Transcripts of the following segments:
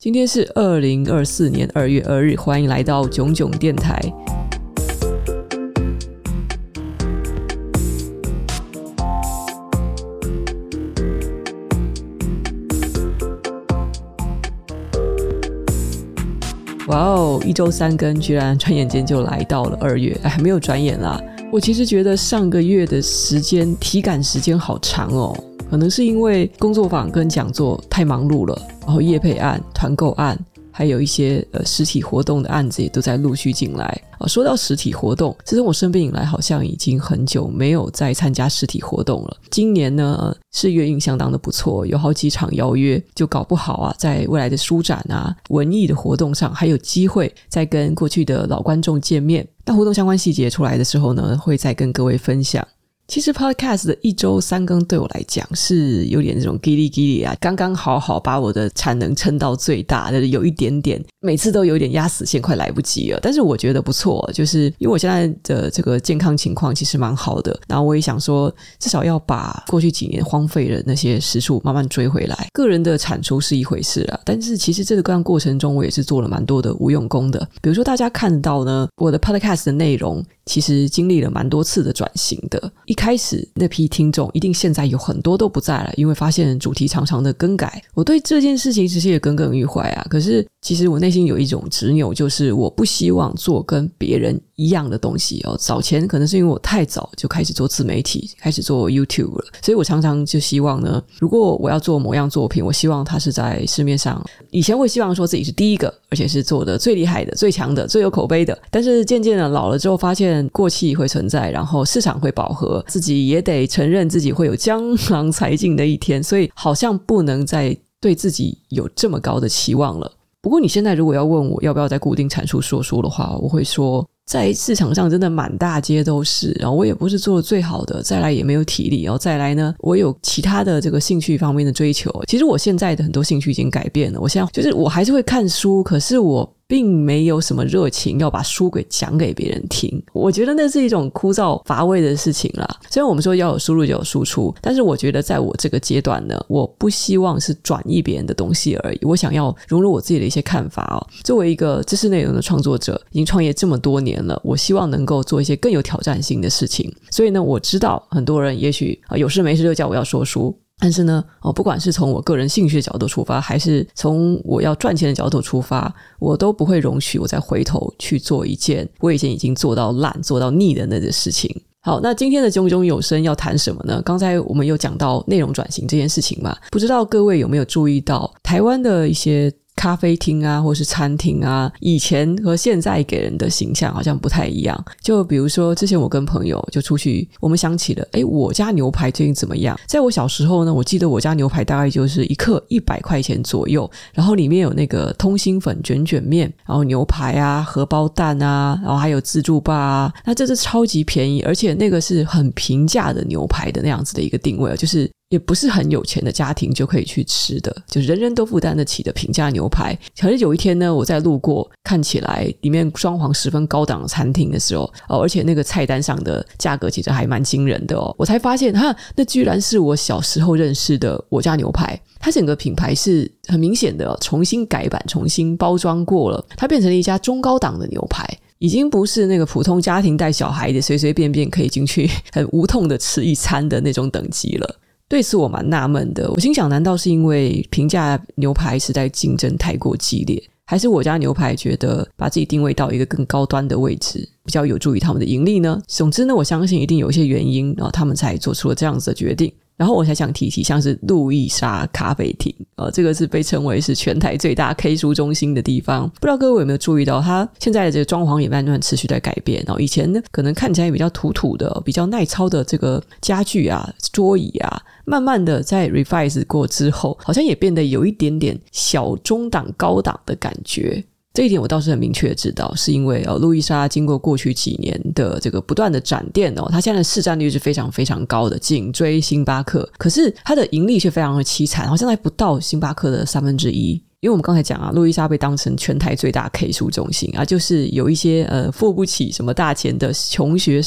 今天是2024年2月2日，欢迎来到囧囧电台。哇哦，一周三更，居然转眼间就来到了2月，还没有转眼啦。我其实觉得上个月的时间体感时间好长哦，可能是因为工作坊跟讲座太忙碌了，然后业配案、团购案，还有一些实体活动的案子也都在陆续进来。说到实体活动，自从我生病以来好像已经很久没有再参加实体活动了。今年呢4月应相当的不错，有好几场邀约，就搞不好啊在未来的书展啊文艺的活动上还有机会再跟过去的老观众见面。那活动相关细节出来的时候呢，会再跟各位分享。其实 podcast 的一周三更对我来讲是有点这种叽里叽里啊，刚刚好好把我的产能撑到最大，有一点点每次都有一点压死线，快来不及了。但是我觉得不错，就是因为我现在的这个健康情况其实蛮好的，然后我也想说至少要把过去几年荒废的那些时数慢慢追回来。个人的产出是一回事啊，但是其实这个过程中我也是做了蛮多的无用功的。比如说大家看到呢，我的 podcast 的内容其实经历了蛮多次的转型的。一开始那批听众一定现在有很多都不在了，因为发现主题常常的更改。我对这件事情其实也耿耿于怀啊，可是其实我内心有一种执拗，就是我不希望做跟别人一样的东西哦。早前可能是因为我太早就开始做自媒体，开始做 YouTube 了，所以我常常就希望呢，如果我要做某样作品，我希望它是在市面上，以前会希望说自己是第一个，而且是做的最厉害的、最强的、最有口碑的。但是渐渐的老了之后，发现过气会存在，然后市场会饱和，自己也得承认自己会有江郎才尽的一天，所以好像不能再对自己有这么高的期望了。不过你现在如果要问我要不要再固定产出说书的话，我会说在市场上真的满大街都是，然后我也不是做的最好的，再来也没有体力，然后再来呢我有其他的这个兴趣方面的追求。其实我现在的很多兴趣已经改变了，我现在就是我还是会看书，可是我并没有什么热情要把书给讲给别人听，我觉得那是一种枯燥乏味的事情啦。虽然我们说要有输入就有输出，但是我觉得在我这个阶段呢，我不希望是转译别人的东西而已，我想要融入我自己的一些看法哦。作为一个知识内容的创作者，已经创业这么多年了，我希望能够做一些更有挑战性的事情。所以呢，我知道很多人也许有事没事就叫我要说书，但是呢不管是从我个人兴趣的角度出发，还是从我要赚钱的角度出发，我都不会容许我再回头去做一件我以前已经做到烂、做到腻的那个事情。好，那今天的炯炯有声要谈什么呢？刚才我们有讲到内容转型这件事情嘛，不知道各位有没有注意到台湾的一些咖啡厅啊或是餐厅啊，以前和现在给人的形象好像不太一样。就比如说之前我跟朋友就出去，我们想起了我家牛排最近怎么样。在我小时候呢，我记得我家牛排大概就是一克100块钱左右，然后里面有那个通心粉、卷卷面，然后牛排啊、荷包蛋啊，然后还有自助吧啊，那这是超级便宜，而且那个是很平价的牛排的那样子的一个定位，就是也不是很有钱的家庭就可以去吃的，就是人人都负担得起的平价牛排。可是有一天呢，我在路过看起来里面装潢十分高档的餐厅的时候而且那个菜单上的价格其实还蛮惊人的我才发现那居然是我小时候认识的我家牛排。它整个品牌是很明显的重新改版、重新包装过了，它变成了一家中高档的牛排，已经不是那个普通家庭带小孩的随随便便可以进去很无痛的吃一餐的那种等级了。对此我蛮纳闷的，我心想难道是因为平价牛排实在竞争太过激烈，还是我家牛排觉得把自己定位到一个更高端的位置比较有助于他们的盈利呢？总之呢，我相信一定有一些原因，然后他们才做出了这样子的决定。然后我才想提像是路易莎咖啡厅这个是被称为是全台最大 K 书中心的地方。不知道各位有没有注意到，它现在的这个装潢也慢慢持续在改变。以前呢可能看起来比较土土的、比较耐操的这个家具啊、桌椅啊，慢慢的在 revise 过之后，好像也变得有一点点小中档高档的感觉。这一点我倒是很明确的知道，是因为路易莎经过过去几年的这个不断的展店它现在的市占率是非常非常高的，紧追星巴克，可是它的盈利却非常的凄惨，好像还不到星巴克的1/3。因为我们刚才讲路易莎被当成全台最大 K 书中心就是有一些付不起什么大钱的穷学生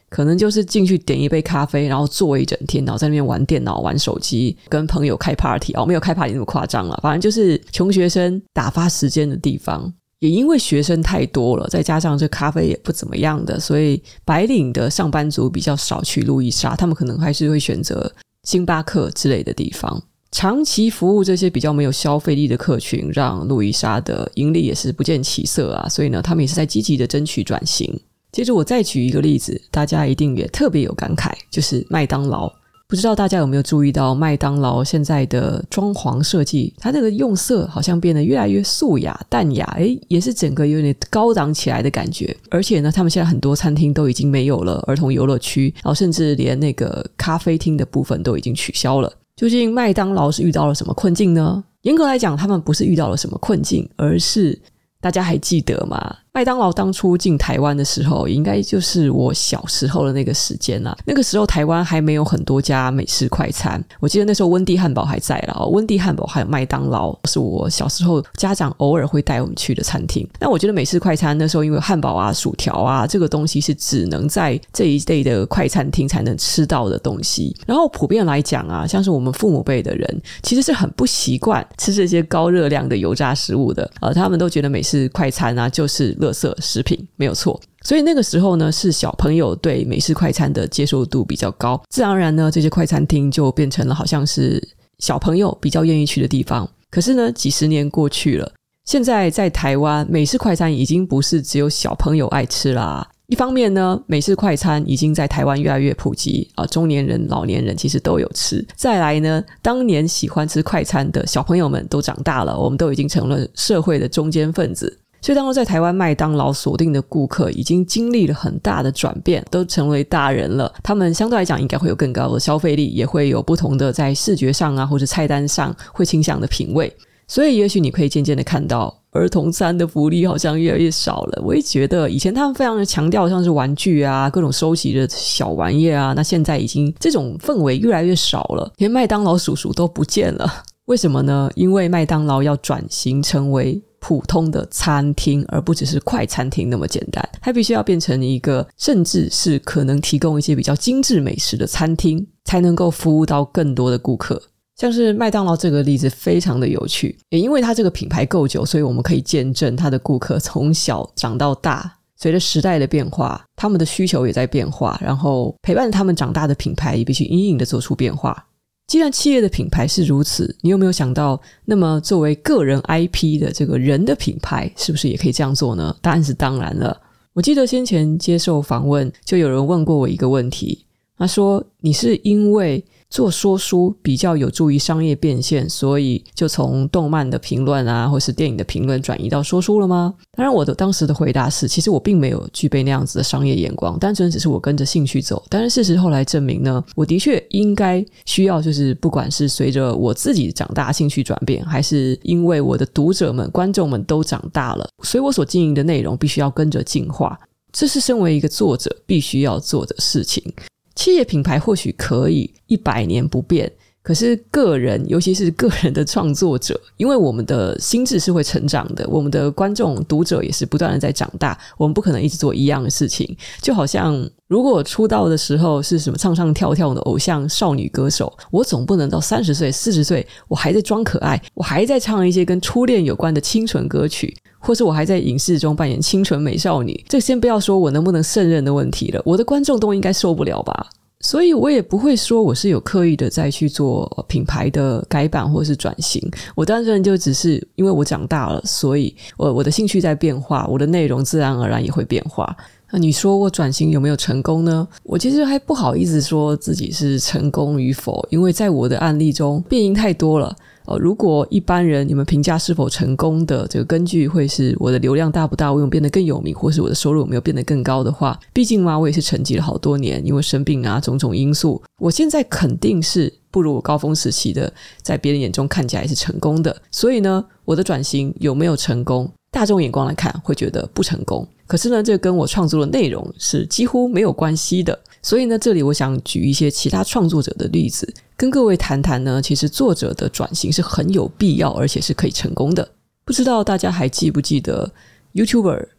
可能就是进去点一杯咖啡，然后坐一整天，然后在那边玩电脑玩手机，跟朋友开 party 没有开 party 那么夸张了，反正就是穷学生打发时间的地方。也因为学生太多了，再加上这咖啡也不怎么样的，所以白领的上班族比较少去路易莎，他们可能还是会选择星巴克之类的地方。长期服务这些比较没有消费力的客群，让路易莎的盈利也是不见起色啊，所以呢，他们也是在积极的争取转型。接着我再举一个例子，大家一定也特别有感慨，就是麦当劳。不知道大家有没有注意到麦当劳现在的装潢设计，它这个用色好像变得越来越素雅淡雅，也是整个有点高档起来的感觉。而且呢，他们现在很多餐厅都已经没有了儿童游乐区，然后甚至连那个咖啡厅的部分都已经取消了。究竟麦当劳是遇到了什么困境呢？严格来讲，他们不是遇到了什么困境，而是大家还记得吗？麦当劳当初进台湾的时候，应该就是我小时候的那个时间啦。那个时候台湾还没有很多家美式快餐，我记得那时候温蒂汉堡还在啦，温蒂汉堡还有麦当劳是我小时候家长偶尔会带我们去的餐厅。那我觉得美式快餐那时候因为汉堡啊薯条啊这个东西是只能在这一类的快餐厅才能吃到的东西，然后普遍来讲啊，像是我们父母辈的人其实是很不习惯吃这些高热量的油炸食物的，他们都觉得美式快餐啊就是垃圾食品，没有错。所以那个时候呢，是小朋友对美式快餐的接受度比较高，自然而然呢，这些快餐厅就变成了好像是小朋友比较愿意去的地方。可是呢，几十年过去了，现在在台湾美式快餐已经不是只有小朋友爱吃啦。一方面呢，美式快餐已经在台湾越来越普及中年人老年人其实都有吃。再来呢，当年喜欢吃快餐的小朋友们都长大了，我们都已经成了社会的中间分子，所以当初在台湾麦当劳锁定的顾客已经经历了很大的转变，都成为大人了，他们相对来讲应该会有更高的消费力，也会有不同的在视觉上啊或者菜单上会倾向的品味。所以也许你可以渐渐的看到儿童餐的福利好像越来越少了。我也觉得以前他们非常的强调像是玩具啊各种收集的小玩意啊，那现在已经这种氛围越来越少了，连麦当劳叔叔都不见了。为什么呢？因为麦当劳要转型成为普通的餐厅，而不只是快餐厅那么简单，它必须要变成一个甚至是可能提供一些比较精致美食的餐厅，才能够服务到更多的顾客。像是麦当劳这个例子非常的有趣，也因为它这个品牌够久，所以我们可以见证它的顾客从小长到大，随着时代的变化，他们的需求也在变化，然后陪伴他们长大的品牌也必须因应的做出变化。既然企业的品牌是如此，你有没有想到，那么作为个人 IP 的这个人的品牌是不是也可以这样做呢？答案是当然了。我记得先前接受访问就有人问过我一个问题，他说你是因为做说书比较有助于商业变现，所以就从动漫的评论啊或是电影的评论转移到说书了吗？当然我的当时的回答是，其实我并没有具备那样子的商业眼光，单纯只是我跟着兴趣走。但是事实后来证明呢，我的确应该需要，就是不管是随着我自己长大兴趣转变，还是因为我的读者们观众们都长大了，所以我所经营的内容必须要跟着进化，这是身为一个作者必须要做的事情。企业品牌或许可以100年不变，可是个人，尤其是个人的创作者，因为我们的心智是会成长的，我们的观众读者也是不断的在长大，我们不可能一直做一样的事情。就好像如果出道的时候是什么唱唱跳跳的偶像少女歌手，我总不能到30岁40岁我还在装可爱，我还在唱一些跟初恋有关的清纯歌曲，或是我还在影视中扮演清纯美少女，这先不要说我能不能胜任的问题了，我的观众都应该受不了吧。所以我也不会说我是有刻意的在去做品牌的改版或是转型，我单纯就只是因为我长大了，所以我的兴趣在变化，我的内容自然而然也会变化。那你说我转型有没有成功呢？我其实还不好意思说自己是成功与否，因为在我的案例中变因太多了。如果一般人你们评价是否成功的这个根据会是我的流量大不大，我有没有变得更有名，或是我的收入有没有变得更高的话，毕竟嘛我也是沉寂了好多年，因为生病啊种种因素，我现在肯定是不如我高峰时期的在别人眼中看起来是成功的。所以呢，我的转型有没有成功，大众眼光来看会觉得不成功，可是呢这跟我创作的内容是几乎没有关系的。所以呢这里我想举一些其他创作者的例子跟各位谈谈呢，其实作者的转型是很有必要而且是可以成功的。不知道大家还记不记得 YouTuber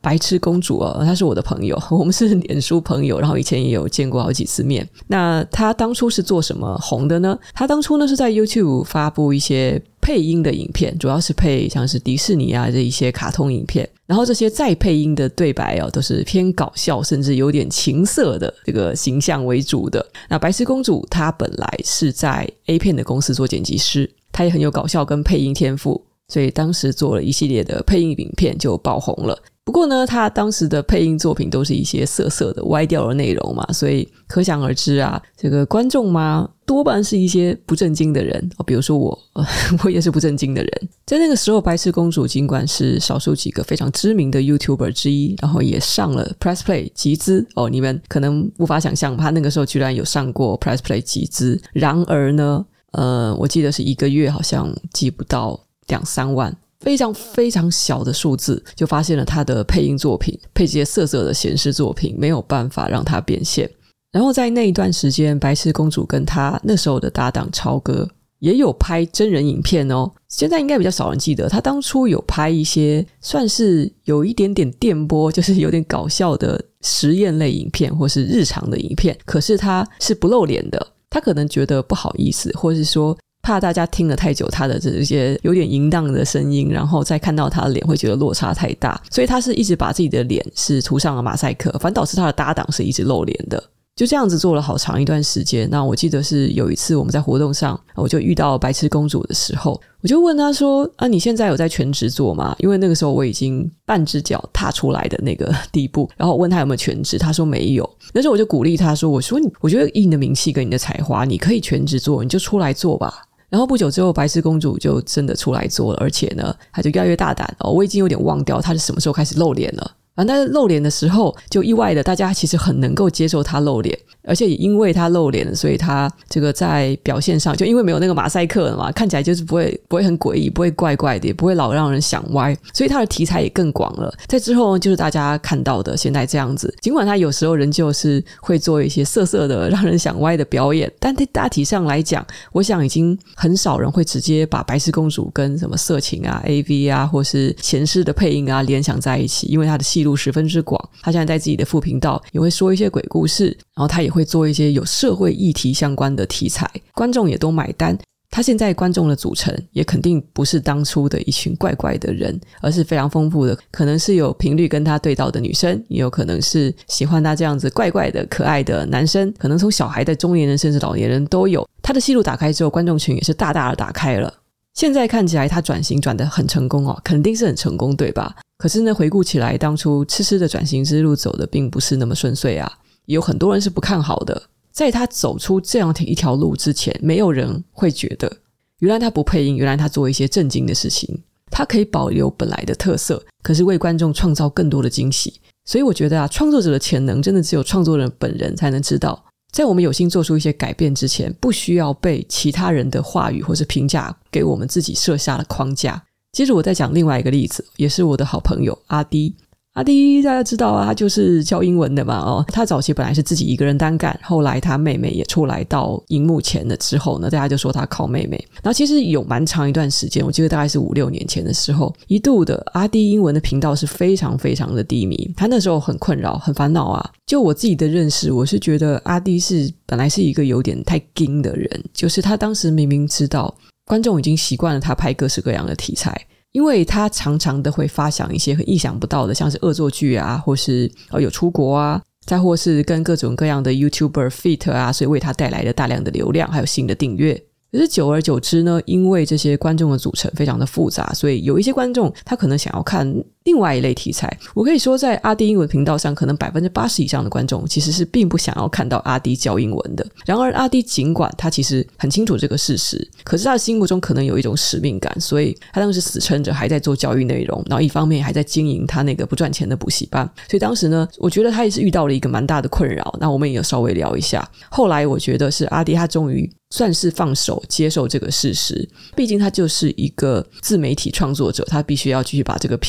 白痴公主她是我的朋友，我们是脸书朋友，然后以前也有见过好几次面。那她当初是做什么红的呢？她当初呢是在 YouTube 发布一些配音的影片，主要是配像是迪士尼啊这一些卡通影片，然后这些再配音的对白都是偏搞笑甚至有点情色的这个形象为主的。那白痴公主她本来是在 A 片的公司做剪辑师，她也很有搞笑跟配音天赋，所以当时做了一系列的配音影片就爆红了。不过呢，他当时的配音作品都是一些色色的歪掉的内容嘛，所以可想而知啊，这个观众嘛多半是一些不正经的人比如说我也是不正经的人。在那个时候，白痴公主尽管是少数几个非常知名的 YouTuber 之一，然后也上了 Press Play 集资你们可能无法想象他那个时候居然有上过 Press Play 集资。然而呢我记得是一个月好像记不到2-3万，非常非常小的数字，就发现了他的配音作品配这些色色的显示作品没有办法让他变现。然后在那一段时间，白痴公主跟他那时候的搭档超哥也有拍真人影片现在应该比较少人记得，他当初有拍一些算是有一点点电波，就是有点搞笑的实验类影片或是日常的影片，可是他是不露脸的。他可能觉得不好意思，或是说怕大家听了太久他的这些有点淫荡的声音，然后再看到他的脸会觉得落差太大，所以他是一直把自己的脸是涂上了马赛克，反倒是他的搭档是一直露脸的。就这样子做了好长一段时间。那我记得是有一次我们在活动上，我就遇到白痴公主的时候，我就问她说你现在有在全职做吗？因为那个时候我已经半只脚踏出来的那个地步，然后我问她有没有全职，她说没有。那时候我就鼓励她说，我觉得以你的名气跟你的才华，你可以全职做，你就出来做吧。然后不久之后，白痴公主就真的出来做了，而且呢她就越来越大胆我已经有点忘掉她是什么时候开始露脸了。反正露脸的时候就意外的大家其实很能够接受他露脸，而且也因为他露脸，所以他这个在表现上就因为没有那个马赛克了嘛，看起来就是不会很诡异，不会怪怪的，也不会老让人想歪，所以他的题材也更广了。在之后就是大家看到的现在这样子，尽管他有时候仍旧是会做一些色色的让人想歪的表演，但在大体上来讲，我想已经很少人会直接把白痴公主跟什么色情啊 AV 啊或是闲适的配音啊联想在一起，因为他的戏路十分之广。他现在在自己的副频道也会说一些鬼故事，然后他也会做一些有社会议题相关的题材，观众也都买单。他现在观众的组成也肯定不是当初的一群怪怪的人，而是非常丰富的，可能是有频率跟他对到的女生，也有可能是喜欢他这样子怪怪的可爱的男生，可能从小孩到中年人甚至老年人都有。他的戏路打开之后，观众群也是大大的打开了。现在看起来他转型转得很成功肯定是很成功对吧？可是呢，回顾起来当初痴痴的转型之路走的并不是那么顺遂啊，也有很多人是不看好的。在他走出这样的一条路之前，没有人会觉得原来他不配音，原来他做一些正经的事情，他可以保留本来的特色，可是为观众创造更多的惊喜。所以我觉得创作者的潜能真的只有创作人本人才能知道。在我们有心做出一些改变之前，不需要被其他人的话语或是评价给我们自己设下了框架。接着我再讲另外一个例子，也是我的好朋友阿滴。阿滴大家知道他就是教英文的嘛他早期本来是自己一个人单干，后来他妹妹也出来到荧幕前了之后呢，大家就说他靠妹妹。然后其实有蛮长一段时间，我记得大概是5-6年前的时候，一度的阿滴英文的频道是非常非常的低迷，他那时候很困扰很烦恼啊。就我自己的认识，我是觉得阿滴是本来是一个有点太硬的人，就是他当时明明知道观众已经习惯了他拍各式各样的题材，因为他常常的会发想一些很意想不到的，像是恶作剧啊，或是有出国啊，再或是跟各种各样的 YouTuber feat 啊，所以为他带来了大量的流量还有新的订阅。可是久而久之呢，因为这些观众的组成非常的复杂，所以有一些观众他可能想要看另外一类题材。我可以说在阿滴英文频道上，可能 80% 以上的观众其实是并不想要看到阿滴教英文的。然而阿滴尽管他其实很清楚这个事实，可是他的心目中可能有一种使命感，所以他当时死撑着还在做教育内容，然后一方面还在经营他那个不赚钱的补习班。所以当时呢，我觉得他也是遇到了一个蛮大的困扰，那我们也有稍微聊一下。后来我觉得是阿滴他终于算是放手接受这个事实，毕竟他就是一个自媒体创作者，他必须要继续把这个频道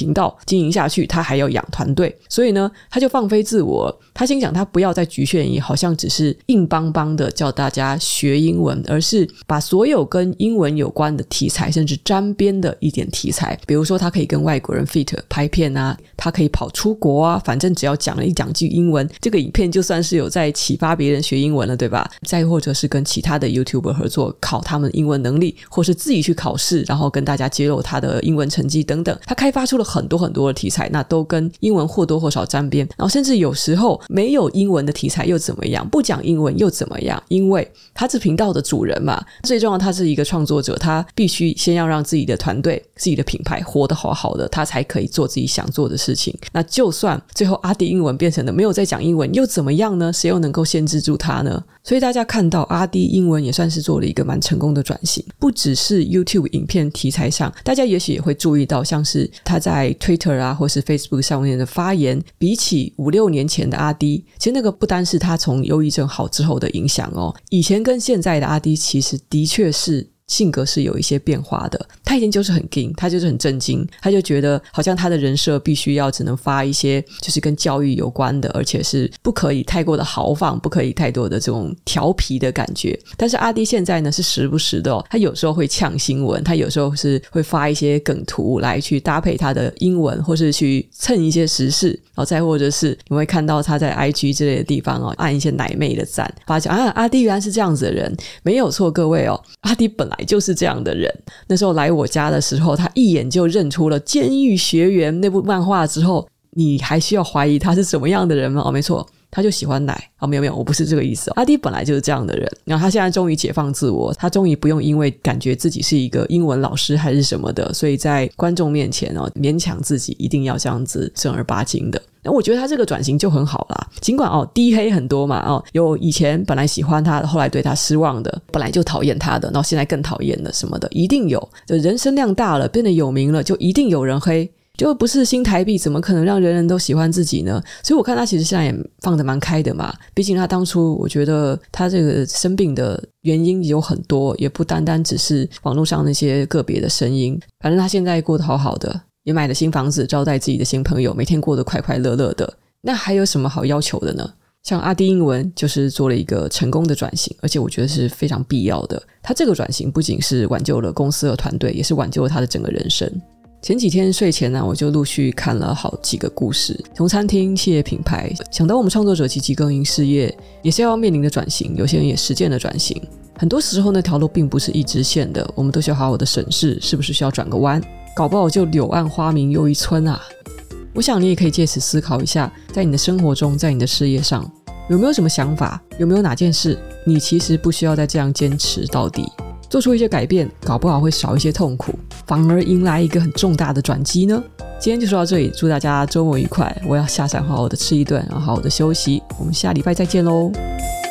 经营下去，他还要养团队，所以呢他就放飞自我，他心想他不要再局限于好像只是硬邦邦的叫大家学英文，而是把所有跟英文有关的题材甚至沾边的一点题材，比如说他可以跟外国人 fit 拍片啊，他可以跑出国啊，反正只要讲了一两句英文，这个影片就算是有在启发别人学英文了，对吧？再或者是跟其他的 YouTuber 合作考他们的英文能力，或是自己去考试然后跟大家揭露他的英文成绩等等，他开发出了很多很多的题材，那都跟英文或多或少沾边，然后甚至有时候没有英文的题材又怎么样，不讲英文又怎么样，因为他是频道的主人嘛，最重要他是一个创作者，他必须先要让自己的团队自己的品牌活得好好的，他才可以做自己想做的事情。那就算最后阿迪英文变成了没有在讲英文又怎么样呢？谁又能够限制住他呢？所以大家看到阿迪英文也算是做了一个蛮成功的转型，不只是 YouTube 影片题材上，大家也许也会注意到像是他在 Twitter 啊或是 Facebook 上面的发言，比起5-6年前的阿迪，其实那个不单是他从忧郁症好之后的影响哦，以前跟现在的阿迪其实的确是性格是有一些变化的。他以前就是很硬，他就是很震惊，他就觉得好像他的人设必须要只能发一些就是跟教育有关的，而且是不可以太过的豪放，不可以太多的这种调皮的感觉。但是阿迪现在呢是时不时的他有时候会呛新闻，他有时候是会发一些梗图来去搭配他的英文，或是去蹭一些时事，然后再或者是你会看到他在 IG 之类的地方按一些奶妹的赞，发现阿迪原来是这样子的人。没有错各位阿迪本来就是这样的人。那时候来我家的时候，他一眼就认出了《监狱学园》那部漫画之后，你还需要怀疑他是什么样的人吗？没错，他就喜欢奶。没有，我不是这个意思阿迪本来就是这样的人，然后他现在终于解放自我，他终于不用因为感觉自己是一个英文老师还是什么的，所以在观众面前勉强自己一定要这样子正儿八经的。那我觉得他这个转型就很好啦，尽管低黑很多嘛有以前本来喜欢他的，后来对他失望的，本来就讨厌他的，然后现在更讨厌的什么的，一定有。就人声量大了，变得有名了，就一定有人黑，就不是新台币怎么可能让人人都喜欢自己呢？所以我看他其实现在也放得蛮开的嘛，毕竟他当初我觉得他这个生病的原因有很多，也不单单只是网络上那些个别的声音，反正他现在过得好好的，也买了新房子，招待自己的新朋友，每天过得快快乐乐的，那还有什么好要求的呢？像阿迪英文就是做了一个成功的转型，而且我觉得是非常必要的。他这个转型不仅是挽救了公司和团队，也是挽救了他的整个人生。前几天睡前呢，我就陆续看了好几个故事，从餐厅、企业品牌，想到我们创作者积极耕耘事业也是要面临的转型，有些人也实践了转型。很多时候那条路并不是一直线的，我们都需要好好的审视是不是需要转个弯，搞不好就柳暗花明又一村啊。我想你也可以借此思考一下，在你的生活中，在你的事业上，有没有什么想法，有没有哪件事你其实不需要再这样坚持到底，做出一些改变，搞不好会少一些痛苦，反而迎来一个很重大的转机呢。今天就说到这里，祝大家周末愉快，我要下山好好的吃一顿，然后好好的休息，我们下礼拜再见咯。